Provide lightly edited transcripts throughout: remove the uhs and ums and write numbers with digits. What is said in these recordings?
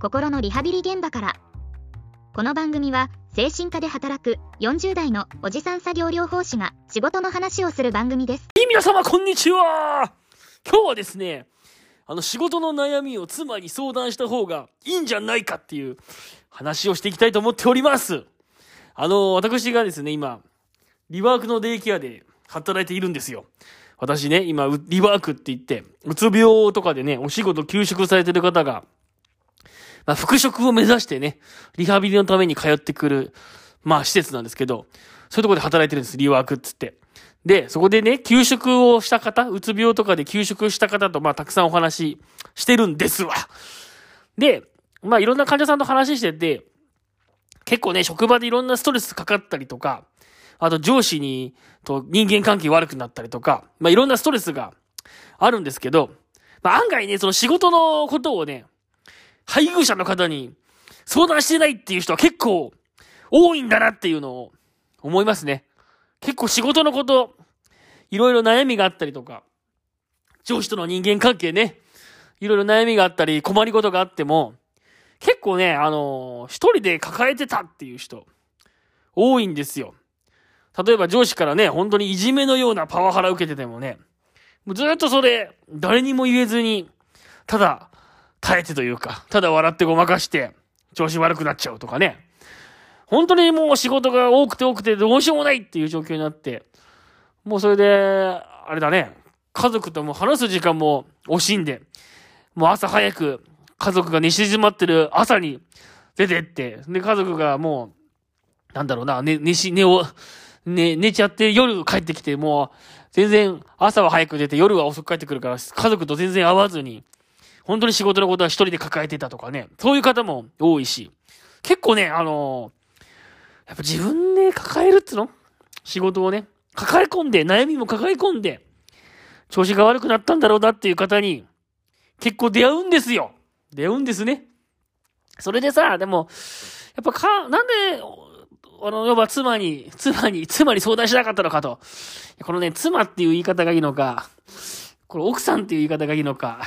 心のリハビリ現場から。この番組は精神科で働く40代のおじさん作業療法士が仕事の話をする番組です。 皆様こんにちは。今日はですね、仕事の悩みを妻に相談した方がいいんじゃないかっていう話をしていきたいと思っております。私がですね、今リワークのデイケアで働いているんですよ。私ね、今リワークって言ってうつ病とかでね、お仕事休職されてる方が復職を目指してね、リハビリのために通ってくる施設なんですけど、そういうところで働いてるんです。リワークっつって。で、そこでね、休職をした方、うつ病とかで休職した方とたくさんお話ししてるんですわ。で、いろんな患者さんと話してて、結構ね、職場でいろんなストレスかかったりとか、あと上司と人間関係悪くなったりとか、いろんなストレスがあるんですけど、案外ね、その仕事のことをね、配偶者の方に相談してないっていう人は結構多いんだなっていうのを思いますね。結構仕事のこと、いろいろ悩みがあったりとか、上司との人間関係ね、いろいろ悩みがあったり困りごとがあっても、結構ね、一人で抱えてたっていう人、多いんですよ。例えば上司からね、本当にいじめのようなパワハラ受けててもね、もうずっとそれ、誰にも言えずに、ただ、耐えてというか、ただ笑ってごまかして、調子悪くなっちゃうとかね。本当にもう仕事が多くてどうしようもないっていう状況になって、もうそれで、あれだね、家族とも話す時間も惜しんで、もう朝早く家族が寝静まってる朝に出てって、で、家族がもう、寝ちゃって夜帰ってきて、もう全然朝は早く出て夜は遅く帰ってくるから、家族と全然会わずに、本当に仕事のことは一人で抱えてたとかね、そういう方も多いし、結構ね、やっぱ自分で抱えるっての仕事をね、抱え込んで、悩みも抱え込んで、調子が悪くなったんだろうなっていう方に、結構出会うんですよ。出会うんですね。それでさ、でも、やっぱなんで、要は妻に相談しなかったのかと。このね、妻っていう言い方がいいのか、これ奥さんっていう言い方がいいのか、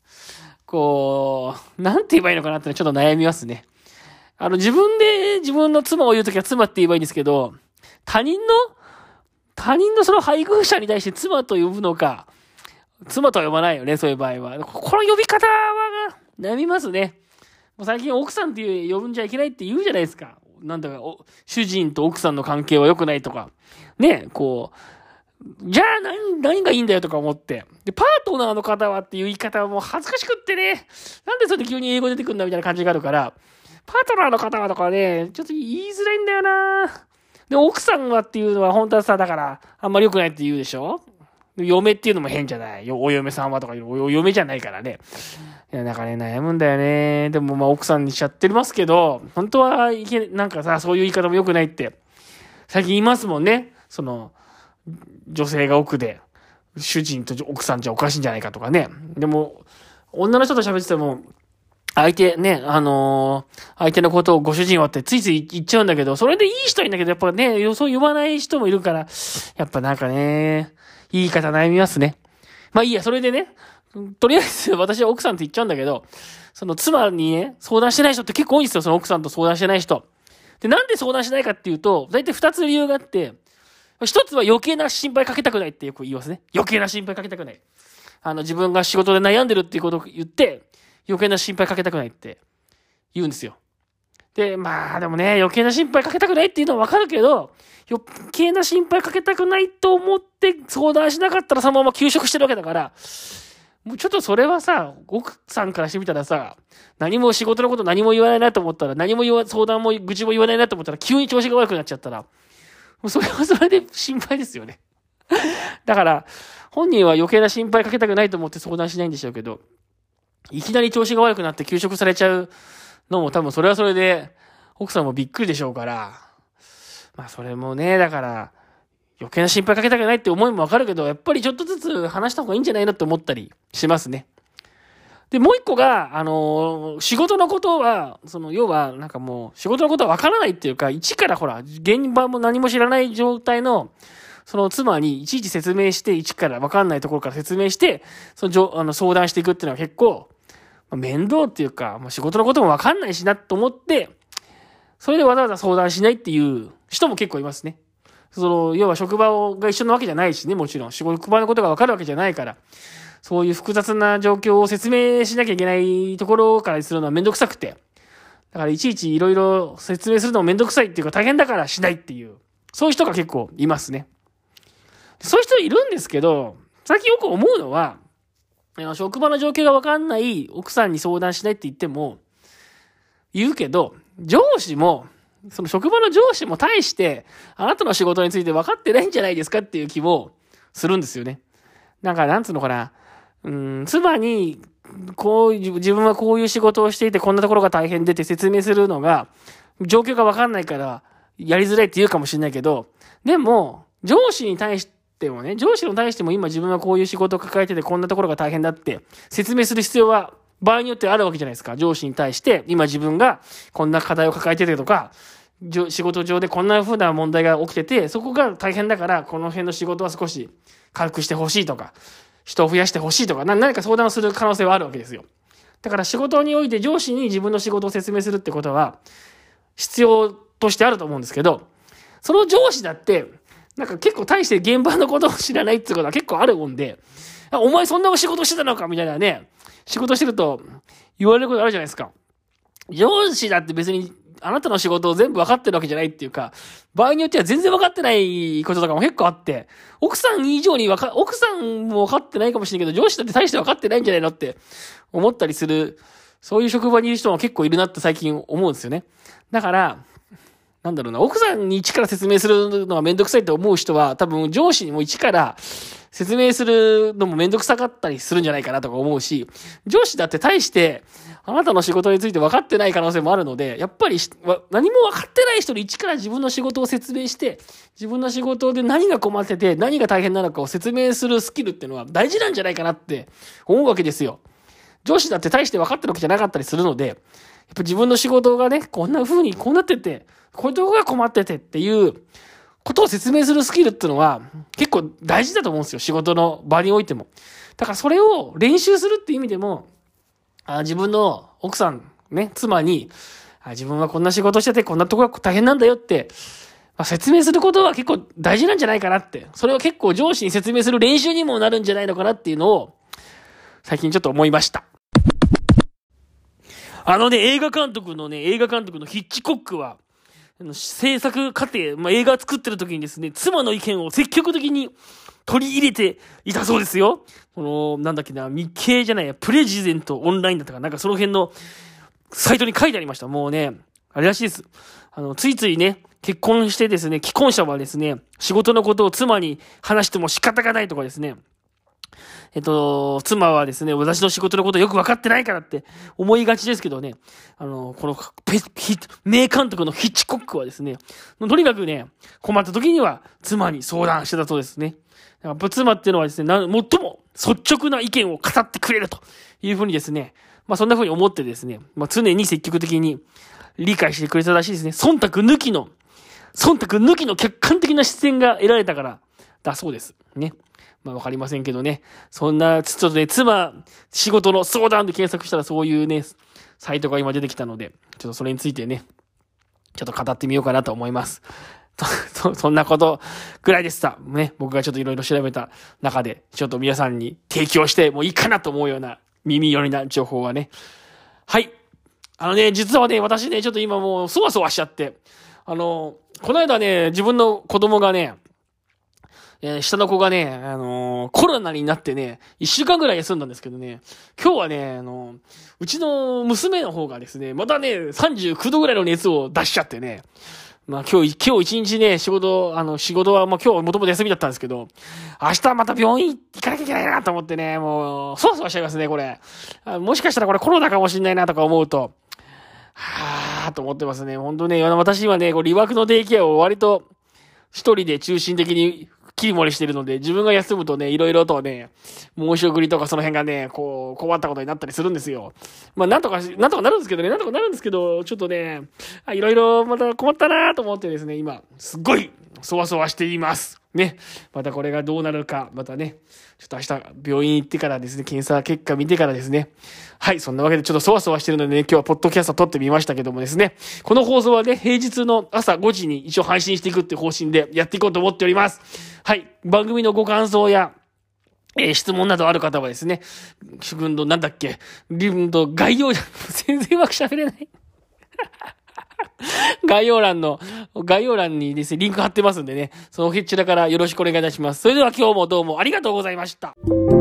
なんて言えばいいのかなってちょっと悩みますね。自分で自分の妻を言うときは妻って言えばいいんですけど、他人のその配偶者に対して妻と呼ぶのか、妻とは呼ばないよね、そういう場合は。この呼び方は悩みますね。もう最近奥さんって呼ぶんじゃいけないって言うじゃないですか。なんだか、主人と奥さんの関係は良くないとか。ね、じゃあ何がいいんだよとか思って。で、パートナーの方はっていう言い方はもう恥ずかしくってね。なんでそれで急に英語出てくるんだみたいな感じがあるから、パートナーの方はとかね、ちょっと言いづらいんだよな。で、奥さんはっていうのは本当はさ、だから、あんまり良くないって言うでしょ？嫁っていうのも変じゃない。お嫁さんはとかお嫁じゃないからね。いや、なんかね、悩むんだよね。でも奥さんにしちゃってますけど、本当はなんかさ、そういう言い方も良くないって、最近言いますもんね。女性が奥で、主人と奥さんじゃおかしいんじゃないかとかね。でも、女の人と喋ってても、相手のことをご主人はってついつい言っちゃうんだけど、それでいい人いるんだけど、やっぱね、そう言わない人もいるから、やっぱなんかね、言い方悩みますね。いいや、それでね、とりあえず私は奥さんって言っちゃうんだけど、その妻にね、相談してない人って結構多いんですよ、その奥さんと相談してない人。で、なんで相談しないかっていうと、大体2つ理由があって、一つは余計な心配かけたくないってよく言いますね。余計な心配かけたくない。自分が仕事で悩んでるっていうことを言って、余計な心配かけたくないって言うんですよ。で、でもね、余計な心配かけたくないっていうのはわかるけど、余計な心配かけたくないと思って相談しなかったらそのまま休職してるわけだから、もうちょっとそれはさ、奥さんからしてみたらさ、仕事のこと何も言わないなと思ったら、相談も愚痴も言わないなと思ったら、急に調子が悪くなっちゃったら、それはそれで心配ですよね。だから、本人は余計な心配かけたくないと思って相談しないんでしょうけど、いきなり調子が悪くなって休職されちゃうのも多分それはそれで、奥さんもびっくりでしょうから、それもね、だから、余計な心配かけたくないって思いもわかるけど、やっぱりちょっとずつ話した方がいいんじゃないのって思ったりしますね。で、もう一個が、仕事のことは、要は、なんかもう、仕事のことはわからないっていうか、一から現場も何も知らない状態の、その妻にいちいち説明して、一からわかんないところから説明して、相談していくっていうのは結構、 面倒っていうか、仕事のこともわかんないしなと思って、それでわざわざ相談しないっていう人も結構いますね。要は職場が一緒なわけじゃないしね、もちろん。職場のことがわかるわけじゃないから、そういう複雑な状況を説明しなきゃいけないところからするのはめんどくさくて。だからいちいちいろいろ説明するのもめんどくさいっていうか大変だからしないっていう、そういう人が結構いますね。そういう人いるんですけど、最近よく思うのは、職場の状況がわかんない奥さんに相談しないって言うけど、上司も、その職場の上司も対して、あなたの仕事について分かってないんじゃないですかっていう気もするんですよね。なんつうのかな。妻に、自分はこういう仕事をしていてこんなところが大変でって説明するのが、状況が分かんないからやりづらいって言うかもしれないけど、でも、上司に対しても今自分はこういう仕事を抱えててこんなところが大変だって説明する必要は場合によってあるわけじゃないですか。上司に対して今自分がこんな課題を抱えててとか、仕事上でこんな風な問題が起きてて、そこが大変だからこの辺の仕事は少し軽くしてほしいとか、人を増やしてほしいとか、何か相談をする可能性はあるわけですよ。だから仕事において上司に自分の仕事を説明するってことは必要としてあると思うんですけど、その上司だって結構大して現場のことを知らないってことは結構あるもんで、お前そんな仕事してたのかみたいなね、仕事してると言われることあるじゃないですか。上司だって別にあなたの仕事を全部分かってるわけじゃないっていうか、場合によっては全然分かってないこととかも結構あって、奥さん以上に奥さんも分かってないかもしれないけど、上司だって大して分かってないんじゃないのって思ったりする、そういう職場にいる人も結構いるなって最近思うんですよね。だから、奥さんに一から説明するのがめんどくさいと思う人は、多分上司にも一から説明するのもめんどくさかったりするんじゃないかなとか思うし、上司だって大して、あなたの仕事について分かってない可能性もあるので、やっぱり何も分かってない人に一から自分の仕事を説明して、自分の仕事で何が困ってて、何が大変なのかを説明するスキルっていうのは大事なんじゃないかなって思うわけですよ。上司だって大して分かってるわけじゃなかったりするので、やっぱ自分の仕事がね、こんな風にこうなってて、こういうとこが困っててっていうことを説明するスキルっていうのは結構大事だと思うんですよ。仕事の場においても。だからそれを練習するっていう意味でも、自分の奥さん、ね、妻に、自分はこんな仕事しててこんなとこが大変なんだよって、説明することは結構大事なんじゃないかなって。それを結構上司に説明する練習にもなるんじゃないのかなっていうのを最近ちょっと思いました。映画監督のヒッチコックは、制作過程、映画作ってる時にですね、妻の意見を積極的に取り入れていたそうですよ。日経じゃないや、プレジデントオンラインだったかその辺のサイトに書いてありました。もうね、あれらしいです。ついついね、結婚してですね、既婚者はですね、仕事のことを妻に話しても仕方がないとかですね、妻はですね、私の仕事のことよく分かってないからって思いがちですけどね、この名監督のヒッチコックはですね、とにかくね、困った時には妻に相談してたそうですね。やっぱ妻っていうのはですね、最も率直な意見を語ってくれるというふうにですね、そんなふうに思ってですね、常に積極的に理解してくれたらしいですね。忖度抜きの客観的な視線が得られたからだそうです。ね。わかりませんけどね。そんな、ちょっとね、妻、仕事の相談で検索したらそういうね、サイトが今出てきたので、ちょっとそれについてね、ちょっと語ってみようかなと思います。そんなことぐらいでした。ね、僕がちょっといろいろ調べた中で、ちょっと皆さんに提供してもいいかなと思うような耳寄りな情報はね。はい。実はね、私ね、ちょっと今もうそわそわしちゃって、この間ね、自分の子供がね、下の子がね、コロナになってね、1週間ぐらい休んだんですけどね、今日はね、うちの娘の方がですね、またね、39度ぐらいの熱を出しちゃってね、今日一日ね、仕事は今日もともと休みだったんですけど、明日また病院行かなきゃいけないなと思ってね、もう、そわそわしちゃいますね、これ。もしかしたらこれコロナかもしんないなとか思うと、と思ってますね。本当ね、私はね、リワークのデイケアを割と一人で中心的に切り盛りしてるので、自分が休むとね、いろいろとね、申し送りとかその辺がね、困ったことになったりするんですよ。なんとかなるんですけどね、ちょっとね、いろいろまた困ったなと思ってですね、今、すっごい、そわそわしています。 ね。またこれがどうなるか、またね、ちょっと明日病院行ってからですね、検査結果見てからですね。はい、そんなわけでちょっとそわそわしてるのでね、今日はポッドキャスト撮ってみましたけどもですね、この放送はね、平日の朝5時に一応配信していくっていう方針でやっていこうと思っております。はい、番組のご感想や、質問などある方はですね、なんだっけ、概要欄、全然うまく喋れない。概要欄にですね、リンク貼ってますんでね、そのこちらからよろしくお願いいたします。それでは今日もどうもありがとうございました。